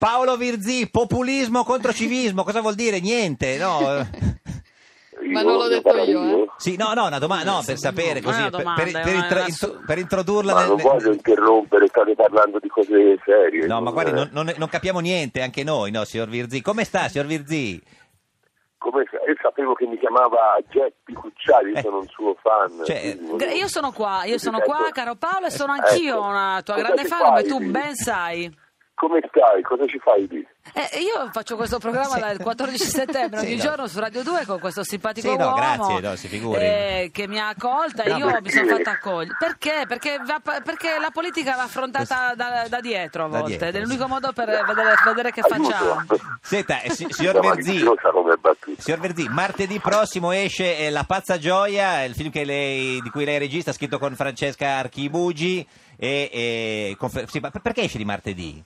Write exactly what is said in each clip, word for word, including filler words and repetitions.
Paolo Virzì, populismo contro civismo, cosa vuol dire? Niente, no? Ma non l'ho detto io, eh? Sì, no, no, una domanda, no, per sapere no, così, una per, domanda, per, per, una- intro- una- intro- per introdurla Ma nel... non voglio interrompere, state parlando di cose serie. No, ma non- guardi, non, non- non capiamo niente, anche noi, no, signor Virzì. Come sta, signor Virzì? Come sa- io sapevo che mi chiamava Geppi Cucciari, Eh. sono un suo fan. Cioè, quindi Gra- volevo- Io sono qua, io sono Ecco. qua, caro Paolo, e sono anch'io Ecco. una tua Cosa grande ci fan, come fai tu lì? ben sai. Come stai? Cosa ci fai lì? Eh, io faccio questo programma Sì. dal quattordici settembre Sì, ogni no. giorno su Radio due con questo simpatico Sì, no, uomo grazie, no, si figuri. eh, che mi ha accolta e No, io perché? mi sono fatta accogliere. Perché? Perché, va- perché la politica va affrontata da, da dietro a Da volte, dietro, ed è sì. l'unico modo per vedere, vedere che Aiuto. facciamo. Senta, eh, si- signor La Virzì, maliziosa come battuta. signor Virzì, martedì prossimo esce eh, La pazza gioia, il film che lei, di cui lei è regista, scritto con Francesca Archibugi, e, e con Fe- sì, ma perché esce di martedì?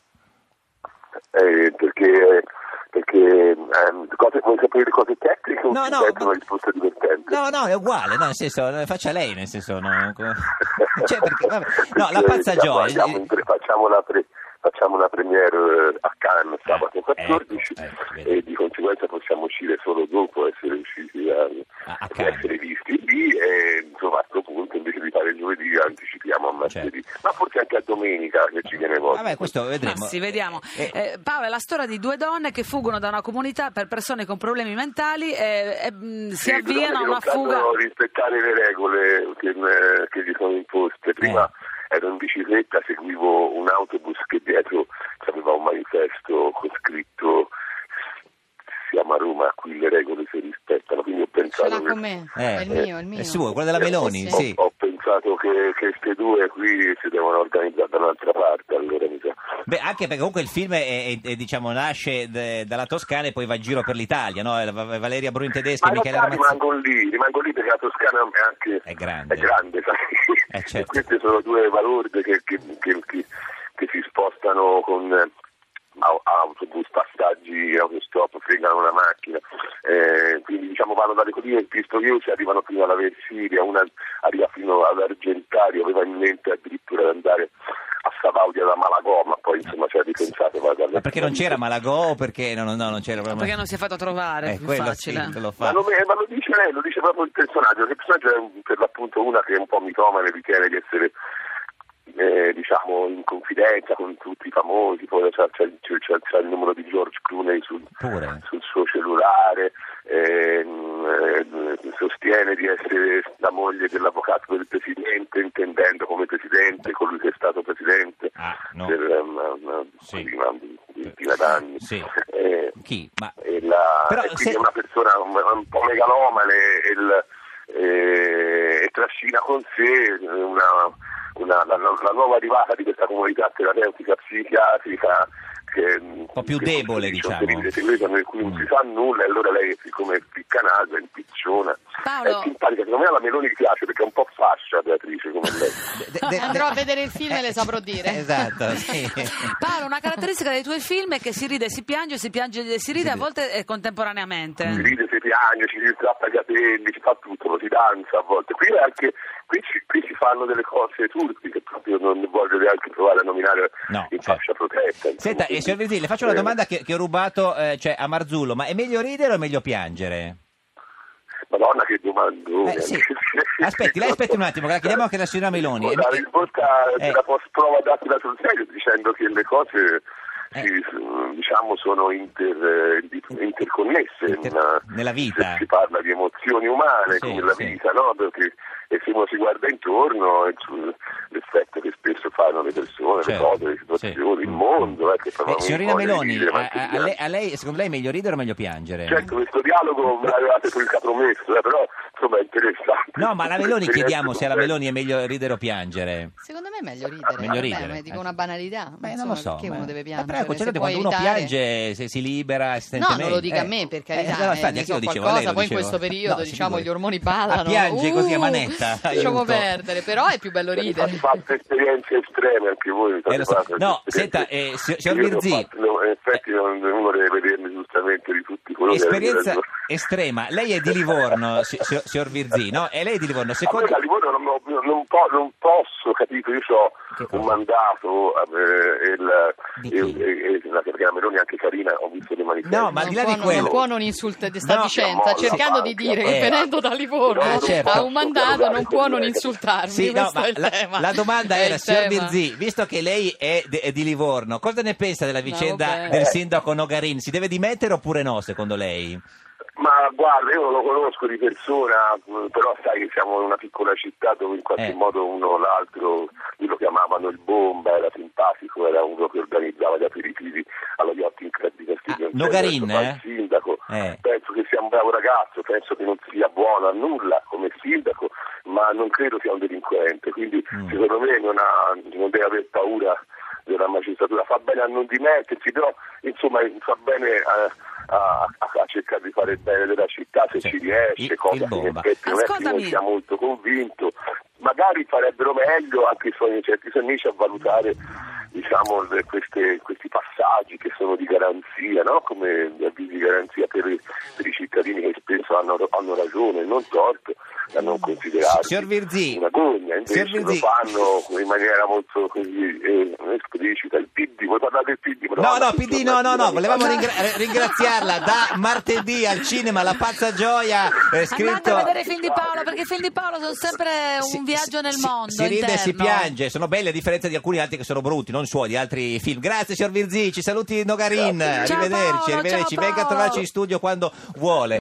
Eh, perché perché ehm, cose, vuoi sapere cose tecniche o No, ti no, sento ma- una risposta divertente? No, no, è uguale, no, nel senso, eh, faccia lei, nel senso, no, co- cioè, perché, vabbè, no, La Perché pazza siamo- gioia, andiamo in pre- facciamo la pre- facciamo una premiere eh, a Cannes sabato quattordici ecco, ecco, vedi. e di conseguenza possiamo uscire solo dopo essere usciti a, A- a a Cannes. essere visti lì e insomma a questo punto invece di fare giovedì anticipiamo a martedì, Certo. ma forse anche a domenica che ci viene voglia. vabbè, questo Ma vedremo. sì, vediamo. Eh, Eh, Paolo, è la storia di due donne che fuggono da una comunità per persone con problemi mentali e, e, mh, si Sì, avviano a che una non sanno fuga. rispettare le regole che, eh, che gli sono imposte. Prima ero in bicicletta, seguivo un autobus che dietro aveva un manifesto con scritto siamo a Roma, qui le regole si rispettano, quindi ho Ce pensato l'ha che con me, Eh, è il mio, è il mio. è suo, quello della Eh, Meloni, ho, sì. ho pensato che, che queste due qui si devono organizzare da un'altra parte, allora mi sa. Beh, anche perché comunque il film è, è- è, diciamo, nasce de- dalla Toscana e poi va in giro per l'Italia, no? Va- Valeria Bruni Tedeschi Ma e in Michele realtà Ramazzini. rimango lì, rimango lì perché la Toscana è anche È grande. è grande, sai? Eh, certo. E queste sono due valorde che, che, che, che, che si spostano con eh, au- autobus, passaggi, autostop, fregano una macchina, eh, quindi diciamo vanno dalle colline pistoiose, arrivano fino alla Versilia, una arriva fino all'Argentario, aveva in mente addirittura di andare a Savaudia da Malagò, ma poi insomma ci ha ripensato. va dalle- Ma perché non c'era Malagò o perché no, no, no, non c'era proprio... Perché non si è fatto trovare, è Eh, più quello facile. sì, quello Ma fa. lo, ma lo dice lei, lo dice proprio il personaggio, che il personaggio è un- per l'appunto una che è un po' mitomane, ritiene di essere eh, diciamo in confidenza con tutti i famosi, poi c'è, c'è, c'è, c'è- c'è il numero di George Clooney sul, Pure. sul suo cellulare, ehm, eh, sostiene di essere la moglie dell'avvocato del presidente, intendendo come presidente colui che è stato presidente Ah, no. per una, una, Sì. una ventina d'anni. Sì. Eh, Chi? Ma... e, la, Però e quindi se- è una persona un, un po' megalomane e, il- e- e trascina con sé una, una, la, la nuova arrivata di questa comunità terapeutica psichiatrica che un po' più debole, diciamo. un segreto in cui non Mm. si sa nulla e allora lei siccome è piccanato, è impicciona, Paolo. è simpatica, secondo me alla Meloni piace perché è un po' fascia Beatrice come lei. De- de- de- Andrò a vedere il film e le saprò dire. Esatto, sì. Paolo, una caratteristica dei tuoi film è che si ride, si piange, si piange e si ride a volte e contemporaneamente. Si ride, si piange, ci si strappa i capelli, si fa tutto, si danza a volte. Qui è anche qui, ci, qui si fanno delle cose turchi che proprio non voglio neanche provare a nominare No, in certo. fascia protetta. insomma. Senta, eh, signor Virzì, le faccio una Eh, domanda che, che ho rubato eh, cioè, a Marzullo, ma è meglio ridere o è meglio piangere? Madonna che domandone. Eh, sì. Aspetti, lei aspetti un attimo, che la chiediamo anche alla signora Meloni. La Eh, risposta eh. te la posso provare a dartela sul serio dicendo che le cose Eh. si, diciamo sono inter, interconnesse Inter- in- nella vita. se si parla di emozioni umane Sì, come la sì. vita, no? Perché e se uno si guarda intorno e sul- l'effetto che spesso fanno le persone, Certo, le cose, le situazioni, sì. il mondo eh, che eh, proprio signorina voglia di Meloni, ridere, ma a, anche a- di a lei, a lei, secondo lei è meglio ridere o meglio piangere? Certo, questo dialogo me l'avevate poi capromesso, eh, però insomma è interessante. No, ma alla Meloni Esperienze chiediamo se alla complesse. Meloni è meglio ridere o piangere. Secondo me è meglio ridere. Meglio Vabbè, ridere. ma dico una banalità. ma Beh, non insomma, lo so. Perché ma- uno deve Eh, piangere? però, Se concedete, può quando uno evitare- piange se si libera si sente No, non lo meglio. dica a Eh, me, per eh, carità. no, eh, infatti, ne anche so io dicevo, qualcosa, lei lo poi in dicevo. questo periodo No, si diciamo figuri. gli ormoni ballano. Ah, piange così a Uh, manetta. Lasciamo Aiuto. perdere, però è più bello Avete ridere. fatto esperienze estreme anche voi. Eh, lo so. fate No, esperienze- senta, eh, si- signor Io ne ho Virzì. fatte, no, in effetti non- uno deve vedermi giustamente di tutti i colori. Esperienza, estrema. Lei è di Livorno, si- si- signor Virzì, no? E lei è di Livorno. A Secondo... me da Livorno non, non, non po- non posso, capito? Io ho Che cosa? un mandato eh, e il- Di e- chi? e- e la capitana Meloni, anche Carina, ho visto le manifestazioni. No, ma al Non di là può, di non, quello... non può non insultare, sta No, dicendo, no, sta cercando di no, dire no, che eh. venendo da Livorno Eh, certo. ha un mandato, non può non insultarmi. Sì, no, questo ma è il la, tema. la domanda È era, il signor tema. Virzì, visto che lei è, de- è di Livorno, cosa ne pensa della vicenda vabbè. del sindaco Nogarin? Si deve dimettere oppure no, secondo lei? Ma guarda, io non lo conosco di persona, mh, però sai che siamo in una piccola città dove in qualche Eh. modo uno o l'altro, lui lo chiamavano il bomba, era simpatico, era uno che organizzava gli aperitivi alla Yachting Club di Castiglioncello. Ah, Nogarin, adesso fa il eh? sindaco, Eh. penso che sia un bravo ragazzo, penso che non sia buono a nulla come sindaco, ma non credo sia un delinquente, quindi Mm. secondo me non, ha, non deve aver paura della magistratura, fa bene a non dimettersi, però insomma fa bene a, a, a cercare di fare il bene della città se Cioè, ci riesce, il- cosa il che in bomba. effetti non è che Ascoltami. non sia molto convinto, magari farebbero meglio anche i suoi, certi suoi amici a valutare diciamo le- queste, questi passaggi che sono di garanzia, no? Come gli avvisi di garanzia per, per i cittadini che spesso hanno, hanno ragione, non torto, da non considerare Signor Virzì, una gogna, invece signor lo Virzì. fanno in maniera molto così eh, esplicita. Il P D, vuoi parlare del P D? No, no, P D, no, no, no, volevamo No. ringra- ringraziarla. Da martedì al cinema La Pazza Gioia, eh, scritto... Andate a vedere i film di Paolo, perché i film di Paolo sono sempre un Si- viaggio nel si- mondo Si ride e si interno. piange, sono belli a differenza di alcuni altri che sono brutti, non suoi, di altri film. Grazie signor Virzì, ci saluti Nogarin, Grazie. Ciao arrivederci, Paolo, arrivederci. ciao Venga a Paolo. trovarci in studio quando vuole.